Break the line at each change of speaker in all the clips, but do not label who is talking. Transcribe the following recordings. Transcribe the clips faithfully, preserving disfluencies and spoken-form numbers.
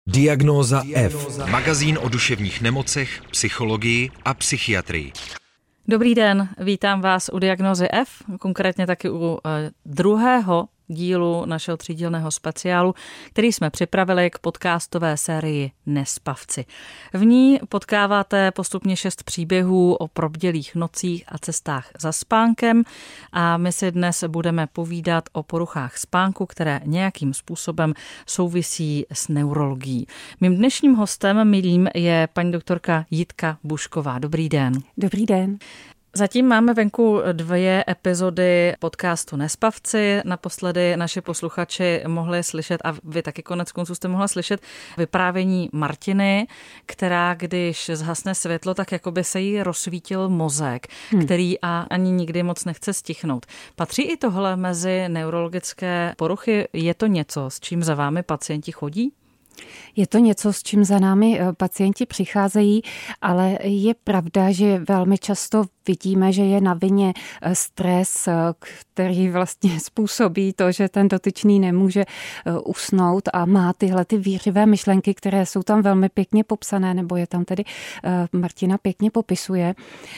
Diagnóza F.
Magazín o duševních nemocech, psychologii a psychiatrii.
Dobrý den, vítám vás u Diagnózy F, konkrétně taky u eh, druhého dílu našeho třídílného speciálu, který jsme připravili k podcastové sérii Nespavci. V ní potkáváte postupně šest příběhů o probdělých nocích a cestách za spánkem a my si dnes budeme povídat o poruchách spánku, které nějakým způsobem souvisí s neurologií. Mým dnešním hostem, milým, je paní doktorka Jitka Bušková. Dobrý den.
Dobrý den.
Zatím máme venku dvě epizody podcastu Nespavci. Naposledy naši posluchači mohli slyšet, a vy taky konec konců jste mohla slyšet, vyprávění Martiny, která, když zhasne světlo, tak jako by se jí rozsvítil mozek, hmm. který a ani nikdy moc nechce stichnout. Patří i tohle mezi neurologické poruchy? Je to něco, s čím za vámi pacienti chodí?
Je to něco, s čím za námi pacienti přicházejí, ale je pravda, že velmi často vidíme, že je na vině stres, který vlastně způsobí to, že ten dotyčný nemůže usnout a má tyhle ty výřivé myšlenky, které jsou tam velmi pěkně popsané, nebo je tam tedy Martina pěkně popisuje.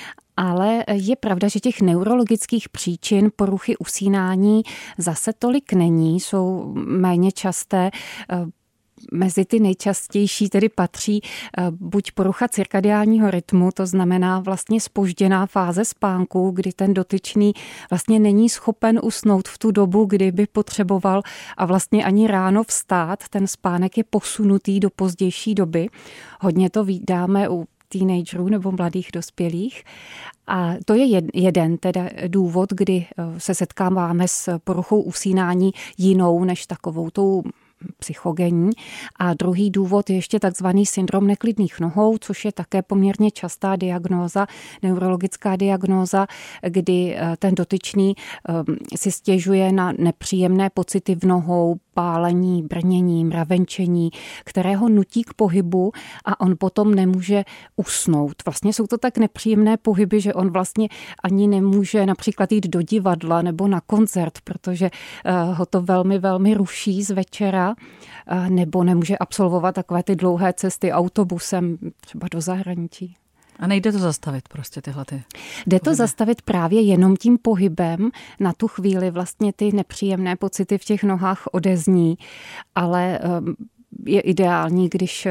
Ale je pravda, že těch neurologických příčin poruchy usínání zase tolik není, jsou méně časté. Mezi ty nejčastější tedy patří buď porucha cirkadiálního rytmu, to znamená vlastně zpožděná fáze spánku, kdy ten dotyčný vlastně není schopen usnout v tu dobu, kdy by potřeboval a vlastně ani ráno vstát. Ten spánek je posunutý do pozdější doby. Hodně to vídáme u teenagerů nebo mladých dospělých. A to je jeden teda důvod, kdy se setkáváme s poruchou usínání jinou než takovou tou psychogenní. A druhý důvod je ještě takzvaný syndrom neklidných nohou, což je také poměrně častá diagnóza, neurologická diagnóza, kdy ten dotyčný si stěžuje na nepříjemné pocity v nohou, pálení, brnění, mravenčení, které ho nutí k pohybu a on potom nemůže usnout. Vlastně jsou to tak nepříjemné pohyby, že on vlastně ani nemůže například jít do divadla nebo na koncert, protože ho to velmi, velmi ruší z večera, nebo nemůže absolvovat takové ty dlouhé cesty autobusem třeba do zahraničí.
A nejde to zastavit prostě tyhle ty
Jde to pohyby. zastavit právě jenom tím pohybem. Na tu chvíli vlastně ty nepříjemné pocity v těch nohách odezní, ale je ideální, když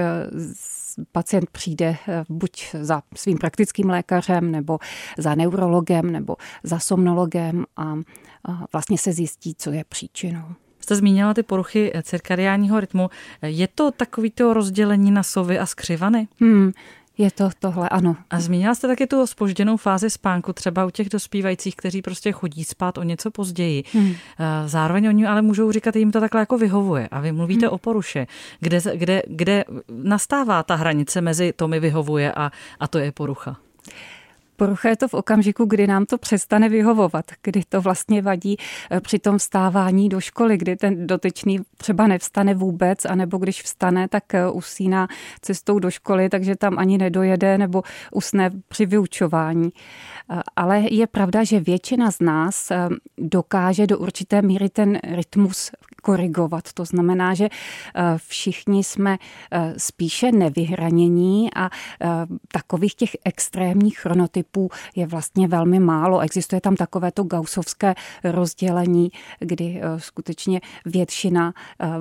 pacient přijde buď za svým praktickým lékařem, nebo za neurologem, nebo za somnologem a vlastně se zjistí, co je příčinou.
Jste zmínila ty poruchy cirkadiálního rytmu. Je to takový to rozdělení na sovy a skřivany?
Hmm. Je to tohle, ano.
A zmínila jste taky tu zpožděnou fázi spánku, třeba u těch dospívajících, kteří prostě chodí spát o něco později. Hmm. Zároveň oni ale můžou říkat, jim to takhle jako vyhovuje. A vy mluvíte hmm. o poruše. Kde, kde, kde nastává ta hranice mezi to mi vyhovuje a, a to je porucha?
Porucha je to v okamžiku, kdy nám to přestane vyhovovat, kdy to vlastně vadí při tom vstávání do školy, kdy ten dotyčný třeba nevstane vůbec, anebo když vstane, tak usíná cestou do školy, takže tam ani nedojede nebo usne při vyučování. Ale je pravda, že většina z nás dokáže do určité míry ten rytmus korigovat. To znamená, že všichni jsme spíše nevyhranění a takových těch extrémních chronotypů je vlastně velmi málo. Existuje tam takovéto gaussovské rozdělení, kdy skutečně většina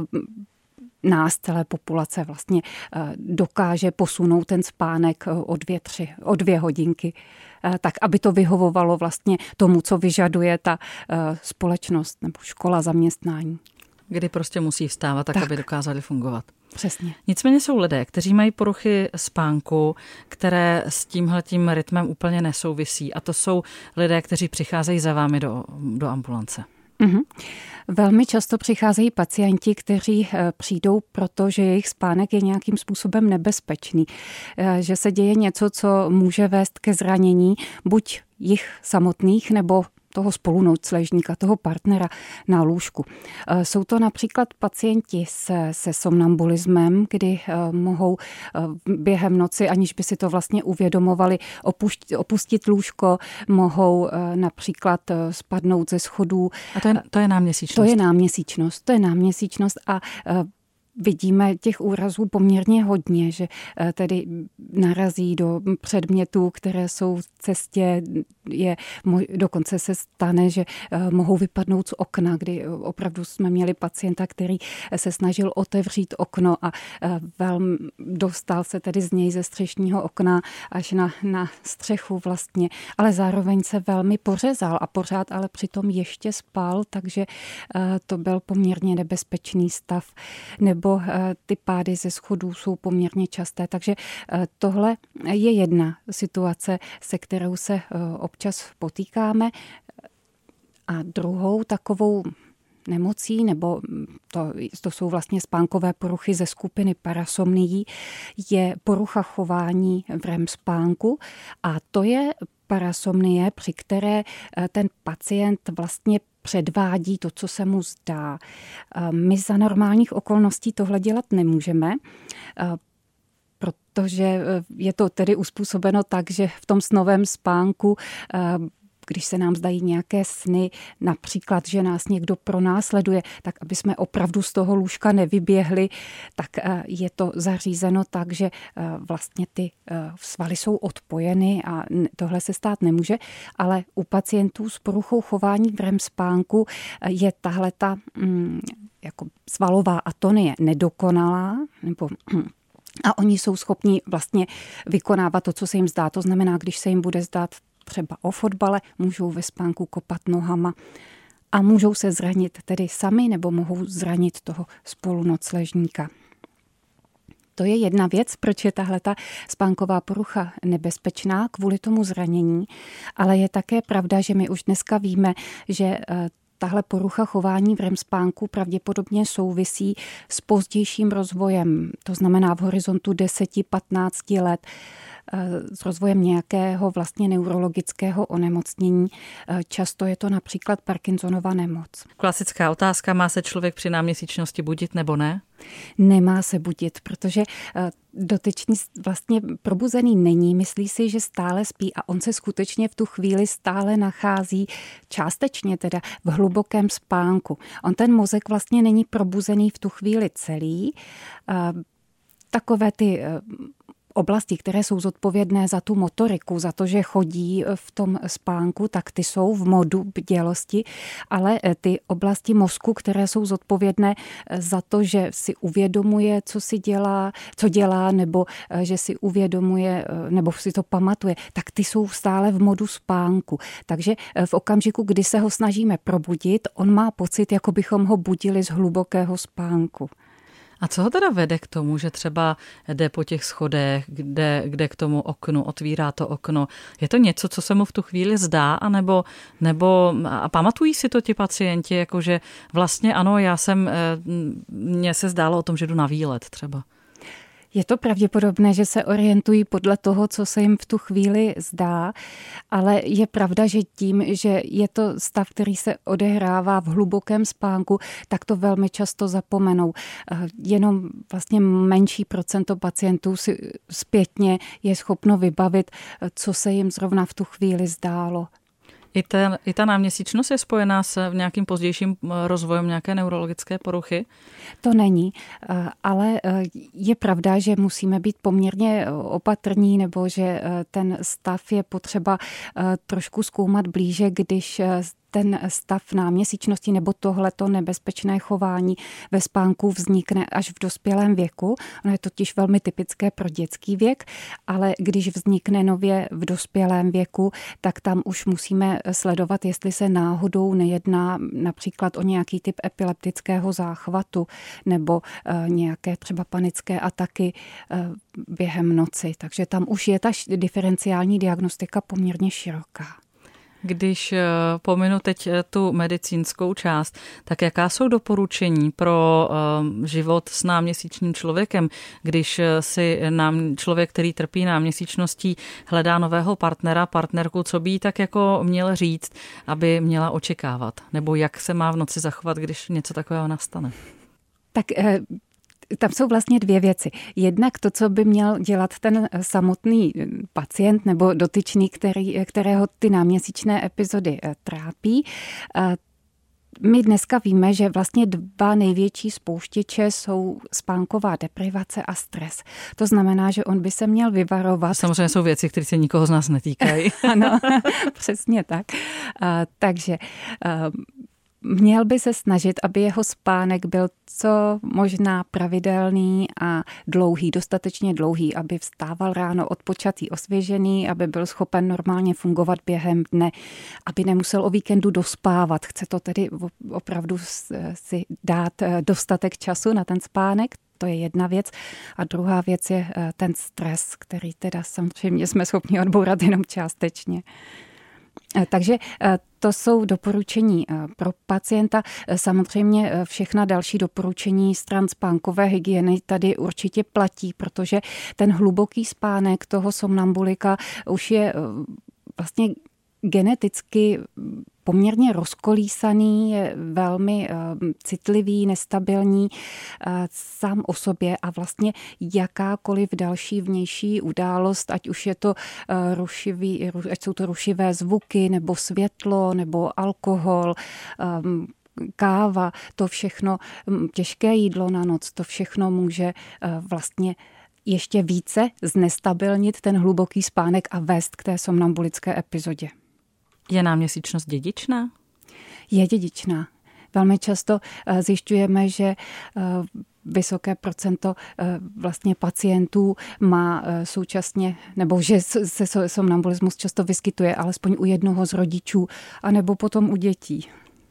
nás, celé populace vlastně dokáže posunout ten spánek o dvě, tři, o dvě hodinky, tak aby to vyhovovalo vlastně tomu, co vyžaduje ta společnost nebo škola, zaměstnání.
Kdy prostě musí vstávat tak, tak. aby dokázali fungovat.
Přesně.
Nicméně jsou lidé, kteří mají poruchy spánku, které s tímhletím rytmem úplně nesouvisí. A to jsou lidé, kteří přicházejí za vámi do, do ambulance.
Mm-hmm. Velmi často přicházejí pacienti, kteří přijdou, protože jejich spánek je nějakým způsobem nebezpečný. Že se děje něco, co může vést ke zranění buď jich samotných nebo toho spolunocležníka, toho partnera na lůžku. Jsou to například pacienti se, se somnambulismem, kdy mohou během noci, aniž by si to vlastně uvědomovali, opustit, opustit lůžko, mohou například spadnout ze schodů.
A to je, to je náměsíčnost.
To je náměsíčnost. To je náměsíčnost a vidíme těch úrazů poměrně hodně, že tedy narazí do předmětů, které jsou v cestě, je, dokonce se stane, že mohou vypadnout z okna, kdy opravdu jsme měli pacienta, který se snažil otevřít okno a velmi dostal se tedy z něj ze střešního okna až na, na střechu vlastně, ale zároveň se velmi pořezal a pořád ale přitom ještě spal, takže to byl poměrně nebezpečný stav. Nebo ty pády ze schodů jsou poměrně časté, takže tohle je jedna situace, se kterou se občas potýkáme. A druhou takovou nemocí, nebo to, to jsou vlastně spánkové poruchy ze skupiny parasomnií, je porucha chování v R E M spánku a to je parasomnie, při které ten pacient vlastně předvádí to, co se mu zdá. My za normálních okolností tohle dělat nemůžeme, protože je to tedy uspůsobeno tak, že v tom snovém spánku, když se nám zdají nějaké sny, například, že nás někdo pronásleduje, tak aby jsme opravdu z toho lůžka nevyběhli, tak je to zařízeno tak, že vlastně ty svaly jsou odpojeny a tohle se stát nemůže, ale u pacientů s poruchou chování v R E M spánku je tahleta jako svalová atonie nedokonalá, nebo a oni jsou schopni vlastně vykonávat to, co se jim zdá. To znamená, když se jim bude zdát třeba o fotbale, můžou ve spánku kopat nohama a můžou se zranit tedy sami nebo mohou zranit toho spolunocležníka. To je jedna věc, proč je tahleta spánková porucha nebezpečná kvůli tomu zranění, ale je také pravda, že my už dneska víme, že tahle porucha chování v R E M spánku pravděpodobně souvisí s pozdějším rozvojem, to znamená v horizontu deset až patnáct let, s rozvojem nějakého vlastně neurologického onemocnění. Často je to například Parkinsonova nemoc.
Klasická otázka, má se člověk při náměsíčnosti budit nebo ne?
Nemá se budit, protože dotyčný vlastně probuzený není, myslí si, že stále spí a on se skutečně v tu chvíli stále nachází částečně teda v hlubokém spánku. On ten mozek vlastně není probuzený v tu chvíli celý. Takové ty oblasti, které jsou zodpovědné za tu motoriku, za to, že chodí v tom spánku, tak ty jsou v modu bdělosti, ale ty oblasti mozku, které jsou zodpovědné za to, že si uvědomuje, co si dělá, co dělá, nebo že si uvědomuje, nebo si to pamatuje, tak ty jsou stále v modu spánku. Takže v okamžiku, kdy se ho snažíme probudit, on má pocit, jako bychom ho budili z hlubokého spánku.
A co ho teda vede k tomu, že třeba jde po těch schodech, kde, kde k tomu oknu, otvírá to okno? Je to něco, co se mu v tu chvíli zdá, anebo, nebo a pamatují si to ti pacienti, jakože vlastně ano, já jsem, mně se zdálo o tom, že jdu na výlet třeba.
Je to pravděpodobné, že se orientují podle toho, co se jim v tu chvíli zdá, ale je pravda, že tím, že je to stav, který se odehrává v hlubokém spánku, tak to velmi často zapomenou. Jenom vlastně menší procento pacientů si zpětně je schopno vybavit, co se jim zrovna v tu chvíli zdálo.
I ta, I ta náměsíčnost je spojená s nějakým pozdějším rozvojem nějaké neurologické poruchy?
To není, ale je pravda, že musíme být poměrně opatrní, nebo že ten stav je potřeba trošku zkoumat blíže, když ten stav náměsíčnosti nebo tohleto nebezpečné chování ve spánku vznikne až v dospělém věku. Ono je totiž velmi typické pro dětský věk, ale když vznikne nově v dospělém věku, tak tam už musíme sledovat, jestli se náhodou nejedná například o nějaký typ epileptického záchvatu nebo nějaké třeba panické ataky během noci. Takže tam už je ta diferenciální diagnostika poměrně široká.
Když pominu teď tu medicínskou část, tak jaká jsou doporučení pro život s náměsíčním člověkem, když si nám člověk, který trpí náměsíčností, hledá nového partnera, partnerku, co by jí tak jako měl říct, aby měla očekávat? Nebo jak se má v noci zachovat, když něco takového nastane?
Tak tam jsou vlastně dvě věci. Jednak to, co by měl dělat ten samotný pacient nebo dotyčný, který, kterého ty náměsíčné epizody trápí. My dneska víme, že vlastně dva největší spouštěče jsou spánková deprivace a stres. To znamená, že on by se měl vyvarovat.
Samozřejmě jsou věci, které se nikoho z nás netýkají.
Ano, přesně tak. Uh, takže uh, měl by se snažit, aby jeho spánek byl co možná pravidelný a dlouhý, dostatečně dlouhý, aby vstával ráno odpočatý, osvěžený, aby byl schopen normálně fungovat během dne, aby nemusel o víkendu dospávat. Chce to tedy opravdu si dát dostatek času na ten spánek. To je jedna věc. A druhá věc je ten stres, který teda samozřejmě jsme schopni odbourat jenom částečně. Takže to jsou doporučení pro pacienta. Samozřejmě všechna další doporučení stran spánkové hygieny tady určitě platí, protože ten hluboký spánek toho somnambulika už je vlastně geneticky poměrně rozkolísaný, je velmi uh, citlivý, nestabilní uh, sám o sobě a vlastně jakákoliv další vnější událost, ať už je to uh, rušivý, ať jsou to rušivé zvuky, nebo světlo, nebo alkohol, um, káva, to všechno, těžké jídlo na noc, to všechno může uh, vlastně ještě více znestabilnit ten hluboký spánek a vést k té somnambulické epizodě.
Je náměsíčnost dědičná?
Je dědičná. Velmi často zjišťujeme, že vysoké procento vlastně pacientů má současně, nebo že se somnambulismus často vyskytuje alespoň u jednoho z rodičů, anebo potom u dětí.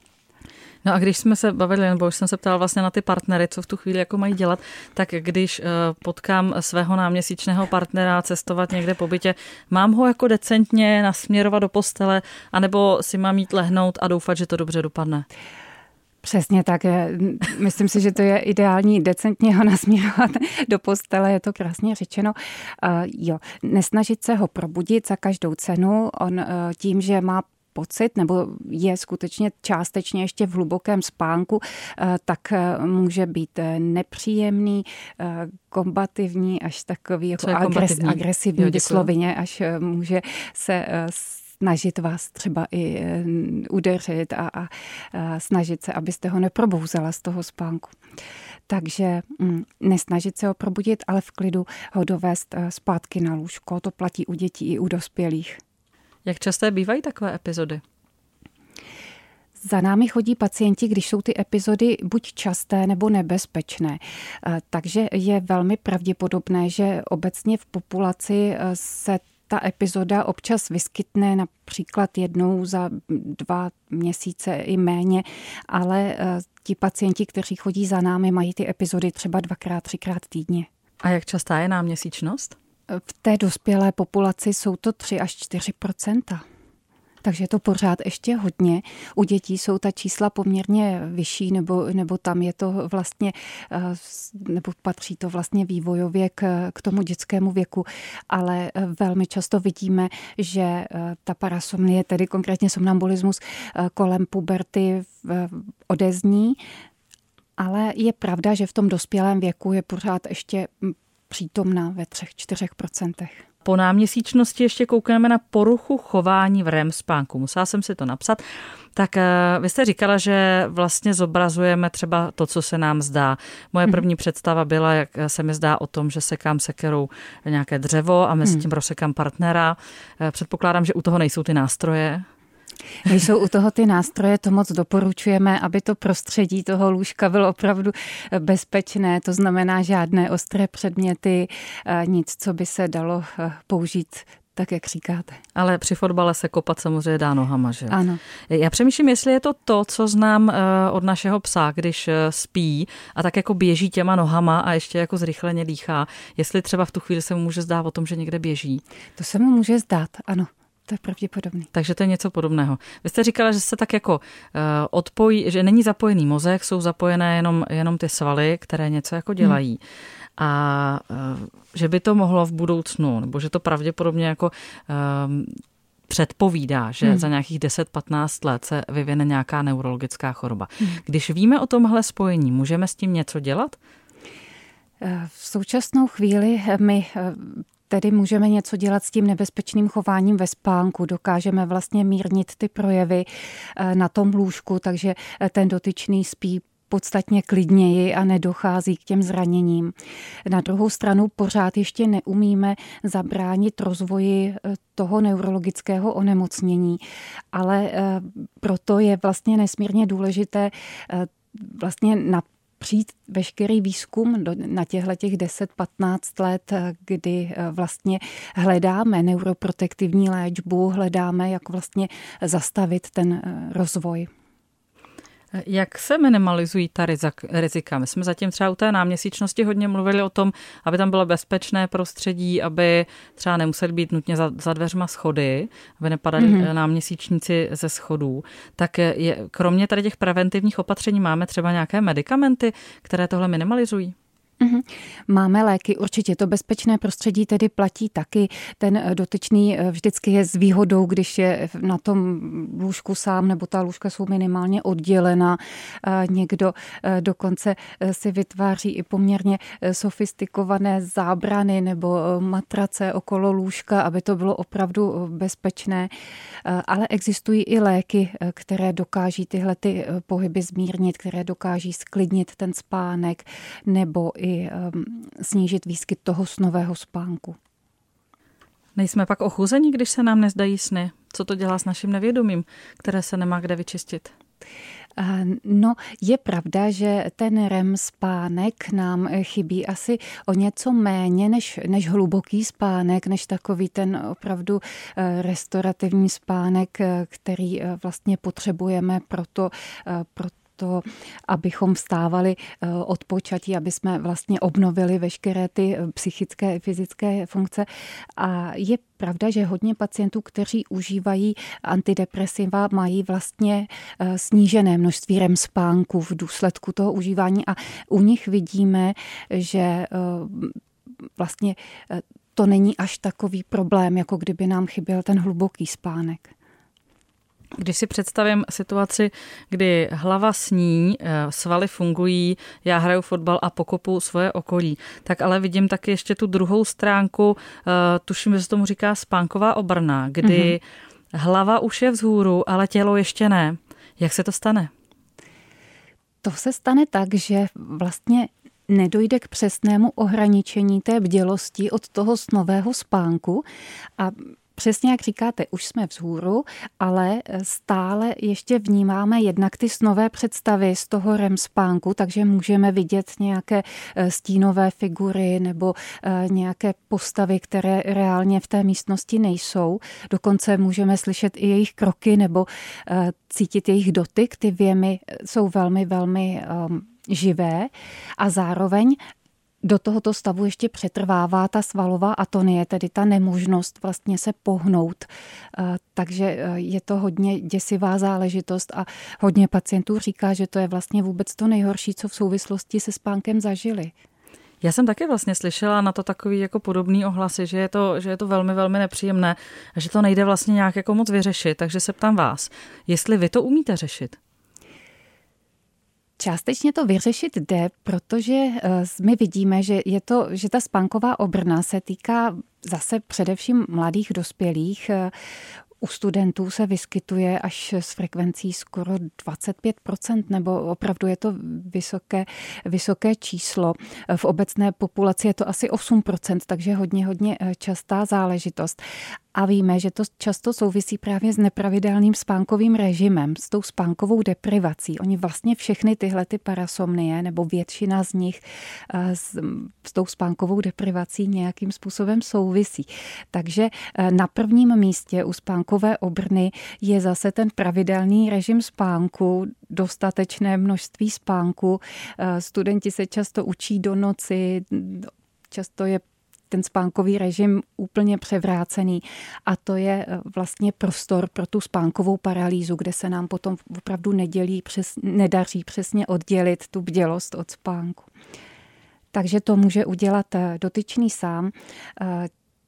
No a když jsme se bavili, nebo už jsem se ptala vlastně na ty partnery, co v tu chvíli jako mají dělat, tak když potkám svého náměsíčného partnera cestovat někde po bytě, mám ho jako decentně nasměrovat do postele, anebo si mám jít lehnout a doufat, že to dobře dopadne?
Přesně tak. Myslím si, že to je ideální decentně ho nasměrovat do postele, je to krásně řečeno. Uh, jo, nesnažit se ho probudit za každou cenu. On uh, tím, že má pocit, nebo je skutečně částečně ještě v hlubokém spánku, tak může být nepříjemný, kombativní, až takový jako agres, agresivní jo, vysloveně, až může se snažit vás třeba i udeřit a, a, a snažit se, abyste ho neprobouzela z toho spánku. Takže mm, nesnažit se ho probudit, ale v klidu ho dovést zpátky na lůžko. To platí u dětí i u dospělých.
Jak časté bývají takové epizody?
Za námi chodí pacienti, když jsou ty epizody buď časté nebo nebezpečné. Takže je velmi pravděpodobné, že obecně v populaci se ta epizoda občas vyskytne například jednou za dva měsíce i méně, ale ti pacienti, kteří chodí za námi, mají ty epizody třeba dvakrát, třikrát týdně.
A jak častá je náměsíčnost?
V té dospělé populaci jsou to tři až čtyři procenta. Takže je to pořád ještě hodně. U dětí jsou ta čísla poměrně vyšší, nebo, nebo tam je to vlastně, nebo patří to vlastně vývojově k, k tomu dětskému věku. Ale velmi často vidíme, že ta parasomnie, tedy konkrétně somnambulismus kolem puberty odezní. Ale je pravda, že v tom dospělém věku je pořád ještě přítomná ve třech, čtyřech procentech.
Po náměsíčnosti ještě koukneme na poruchu chování v R E M spánku. Musela jsem si to napsat. Tak vy jste říkala, že vlastně zobrazujeme třeba to, co se nám zdá. Moje první hmm. představa byla, jak se mi zdá o tom, že sekám sekerou nějaké dřevo a mezi tím rozsekám partnera. Předpokládám, že u toho nejsou ty nástroje.
Když jsou u toho ty nástroje, to moc doporučujeme, aby to prostředí toho lůžka bylo opravdu bezpečné. To znamená žádné ostré předměty, nic, co by se dalo použít tak, jak říkáte.
Ale při fotbale se kopat samozřejmě dá nohama, že?
Ano.
Já přemýšlím, jestli je to to, co znám od našeho psa, když spí a tak jako běží těma nohama a ještě jako zrychleně dýchá. Jestli třeba v tu chvíli se mu může zdát o tom, že někde běží.
To se mu může zdát, ano. To je pravděpodobný.
Takže to je něco podobného. Vy jste říkala, že se tak jako uh, odpojí, že není zapojený mozek, jsou zapojené jenom, jenom ty svaly, které něco jako dělají. Hmm. A uh, že by to mohlo v budoucnu, nebo že to pravděpodobně jako um, předpovídá, že hmm. za nějakých deset patnáct let se vyvine nějaká neurologická choroba. Hmm. Když víme o tomhle spojení, můžeme s tím něco dělat?
V současnou chvíli my tedy můžeme něco dělat s tím nebezpečným chováním ve spánku. Dokážeme vlastně mírnit ty projevy na tom lůžku, takže ten dotyčný spí podstatně klidněji a nedochází k těm zraněním. Na druhou stranu pořád ještě neumíme zabránit rozvoji toho neurologického onemocnění, ale proto je vlastně nesmírně důležité vlastně na přijít veškerý výzkum do, na těchto těch deset patnáct let, kdy vlastně hledáme neuroprotektivní léčbu, hledáme, jak vlastně zastavit ten rozvoj.
Jak se minimalizují ta rizika? My jsme zatím třeba u té náměsíčnosti hodně mluvili o tom, aby tam bylo bezpečné prostředí, aby třeba nemuseli být nutně za, za dveřma schody, aby nepadali mm-hmm. náměsíčníci ze schodů. Tak je, kromě tady těch preventivních opatření máme třeba nějaké medikamenty, které tohle minimalizují?
Uhum. Máme léky, určitě to bezpečné prostředí tedy platí taky. Ten dotyčný vždycky je s výhodou, když je na tom lůžku sám, nebo ta lůžka jsou minimálně oddělena. Někdo dokonce si vytváří i poměrně sofistikované zábrany nebo matrace okolo lůžka, aby to bylo opravdu bezpečné. Ale existují i léky, které dokáží tyhle ty pohyby zmírnit, které dokáží sklidnit ten spánek nebo i snížit výskyt toho snového spánku.
Nejsme pak ochuzeni, když se nám nezdají sny? Co to dělá s naším nevědomím, které se nemá kde vyčistit?
No, je pravda, že ten R E M spánek nám chybí asi o něco méně než, než hluboký spánek, než takový ten opravdu restaurativní spánek, který vlastně potřebujeme proto, proto to, abychom vstávali od počatí, aby jsme vlastně obnovili veškeré ty psychické a fyzické funkce. A je pravda, že hodně pacientů, kteří užívají antidepresiva, mají vlastně snížené množství R E M spánku v důsledku toho užívání a u nich vidíme, že vlastně to není až takový problém, jako kdyby nám chyběl ten hluboký spánek.
Když si představím situaci, kdy hlava sní, svaly fungují, já hraju fotbal a pokopu svoje okolí, tak ale vidím taky ještě tu druhou stránku, tuším, že se tomu říká spánková obrna, kdy mm-hmm. hlava už je vzhůru, ale tělo ještě ne. Jak se to stane?
To se stane tak, že vlastně nedojde k přesnému ohraničení té bdělosti od toho snového spánku a přesně jak říkáte, už jsme vzhůru, ale stále ještě vnímáme jednak ty snové představy z toho R E M spánku, takže můžeme vidět nějaké stínové figury nebo nějaké postavy, které reálně v té místnosti nejsou. Dokonce můžeme slyšet i jejich kroky nebo cítit jejich dotyk. Ty věmy jsou velmi, velmi um, živé a zároveň do tohoto stavu ještě přetrvává ta svalová atonie, tedy ta nemožnost vlastně se pohnout. Takže je to hodně děsivá záležitost a hodně pacientů říká, že to je vlastně vůbec to nejhorší, co v souvislosti se spánkem zažili.
Já jsem taky vlastně slyšela na to takový jako podobný ohlasy, že je to, že je to velmi, velmi nepříjemné a že to nejde vlastně nějak jako moc vyřešit. Takže se ptám vás, jestli vy to umíte řešit?
Částečně to vyřešit jde, protože my vidíme, že, je to, že ta spánková obrna se týká zase především mladých dospělých. U studentů se vyskytuje až s frekvencí skoro dvacet pět procent, nebo opravdu je to vysoké, vysoké číslo. V obecné populaci je to asi osm procent, takže hodně, hodně častá záležitost. A víme, že to často souvisí právě s nepravidelným spánkovým režimem, s tou spánkovou deprivací. Oni vlastně všechny tyhle ty parasomnie, nebo většina z nich s, s tou spánkovou deprivací nějakým způsobem souvisí. Takže na prvním místě u spánkové obrny je zase ten pravidelný režim spánku, dostatečné množství spánku. Studenti se často učí do noci, často je ten spánkový režim úplně převrácený a to je vlastně prostor pro tu spánkovou paralýzu, kde se nám potom opravdu nedělí, přes, nedaří přesně oddělit tu bdělost od spánku. Takže to může udělat dotyčný sám.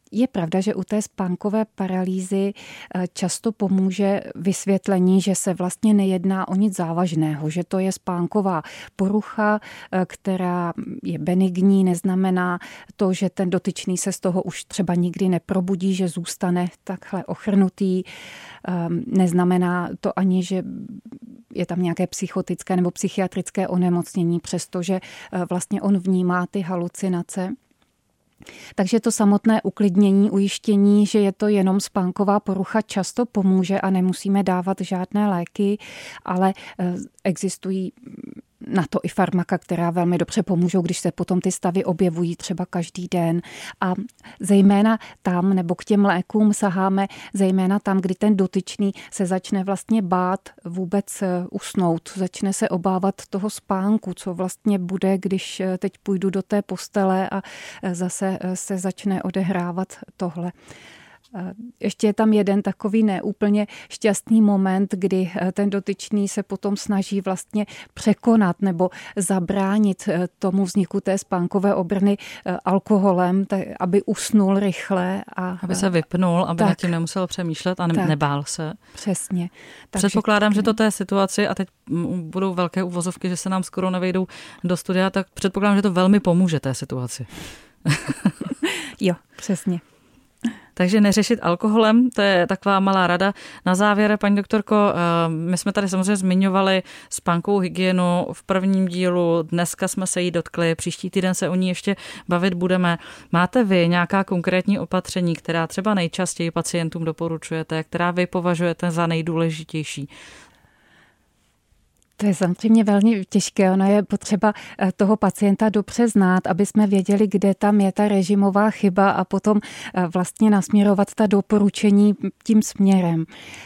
Je pravda, že u té spánkové paralýzy často pomůže vysvětlení, že se vlastně nejedná o nic závažného, že to je spánková porucha, která je benigní, neznamená to, že ten dotyčný se z toho už třeba nikdy neprobudí, že zůstane takhle ochrnutý. Neznamená to ani, že je tam nějaké psychotické nebo psychiatrické onemocnění, přestože vlastně on vnímá ty halucinace. Takže to samotné uklidnění, ujištění, že je to jenom spánková porucha, často pomůže a nemusíme dávat žádné léky, ale existují na to i farmaka, která velmi dobře pomůžou, když se potom ty stavy objevují třeba každý den. A zejména tam, nebo k těm lékům saháme, zejména tam, kdy ten dotyčný se začne vlastně bát vůbec usnout, začne se obávat toho spánku, co vlastně bude, když teď půjdu do té postele a zase se začne odehrávat tohle. Ještě je tam jeden takový neúplně šťastný moment, kdy ten dotyčný se potom snaží vlastně překonat nebo zabránit tomu vzniku té spánkové obrny alkoholem, tak, aby usnul rychle. A,
aby se vypnul, aby tak, nad tím nemusel přemýšlet a ne, tak, nebál se.
Přesně. Takže,
předpokládám, že to té situaci, a teď budou velké uvozovky, že se nám skoro nevejdou do studia, tak předpokládám, že to velmi pomůže té situaci.
Jo, přesně.
Takže neřešit alkoholem, to je taková malá rada. Na závěr, paní doktorko, my jsme tady samozřejmě zmiňovali spánkovou hygienu v prvním dílu, dneska jsme se jí dotkli, příští týden se o ní ještě bavit budeme. Máte vy nějaká konkrétní opatření, která třeba nejčastěji pacientům doporučujete, která vy považujete za nejdůležitější?
To je samozřejmě velmi těžké. Ono je potřeba toho pacienta dobře znát, aby jsme věděli, kde tam je ta režimová chyba a potom vlastně nasměrovat ta doporučení tím směrem.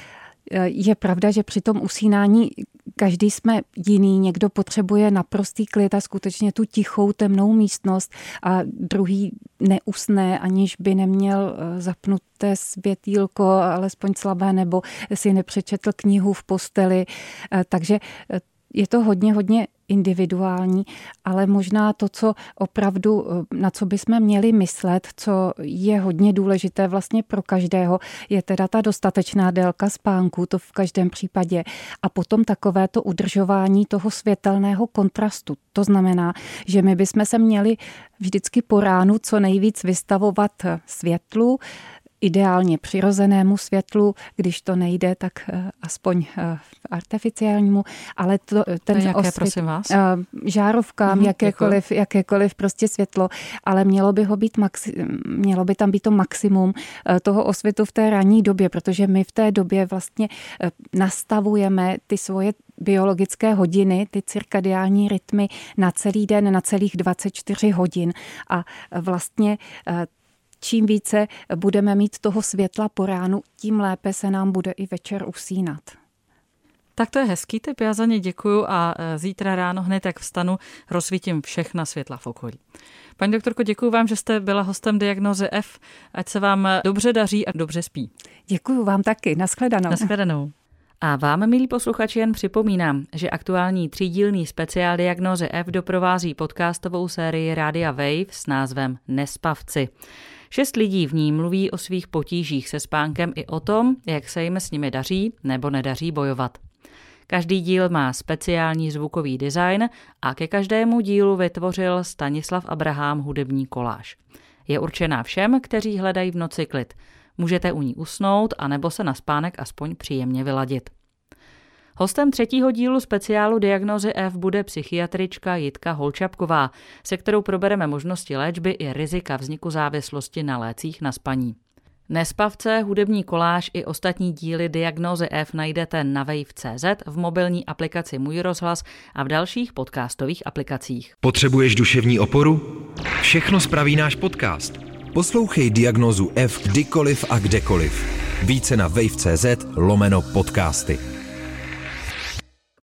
Je pravda, že při tom usínání každý jsme jiný. Někdo potřebuje naprostý klid a skutečně tu tichou temnou místnost a druhý neusne, aniž by neměl zapnuté světýlko, alespoň slabé, nebo si nepřečetl knihu v posteli. Takže je to hodně, hodně individuální, ale možná to, co opravdu, na co bychom měli myslet, co je hodně důležité vlastně pro každého, je teda ta dostatečná délka spánku, to v každém případě. A potom takové to udržování toho světelného kontrastu. To znamená, že my bychom se měli vždycky po ránu co nejvíc vystavovat světlu, ideálně přirozenému světlu, když to nejde, tak aspoň artificiálnímu, ale to, ten
jaké,
osvět,
prosím vás?
žárovkám, mm, jakékoliv, jakékoliv prostě světlo, ale mělo by ho být maxi, mělo by tam být to maximum toho osvětu v té ranní době, protože my v té době vlastně nastavujeme ty svoje biologické hodiny, ty cirkadiální rytmy na celý den, na celých dvacet čtyři hodin a vlastně čím více budeme mít toho světla po ránu, tím lépe se nám bude i večer usínat.
Tak to je hezký tip, já za ně děkuju a zítra ráno hned jak vstanu, rozsvítím všechna světla v okolí. Paní doktorko, děkuju vám, že jste byla hostem Diagnózy F, ať se vám dobře daří a dobře spí.
Děkuju vám taky, nashledanou.
Nashledanou. A vám, milí posluchači, jen připomínám, že aktuální třídílný speciál Diagnózy F doprovází podcastovou sérii Rádia Wave s názvem Nespavci. Šest lidí v ní mluví o svých potížích se spánkem i o tom, jak se jim s nimi daří nebo nedaří bojovat. Každý díl má speciální zvukový design a ke každému dílu vytvořil Stanislav Abrahám hudební koláž. Je určená všem, kteří hledají v noci klid. Můžete u ní usnout anebo se na spánek aspoň příjemně vyladit. Hostem třetího dílu speciálu Diagnózy F bude psychiatrička Jitka Holčapková, se kterou probereme možnosti léčby i rizika vzniku závislosti na lécích na spaní. Nespavce, hudební koláž i ostatní díly Diagnózy F najdete na wave tečka cé zet, v mobilní aplikaci Můj rozhlas a v dalších podcastových aplikacích.
Potřebuješ duševní oporu? Všechno spraví náš podcast.
Poslouchej Diagnózu F kdykoliv a kdekoliv. Více na wave tečka cé zet lomeno podcasty.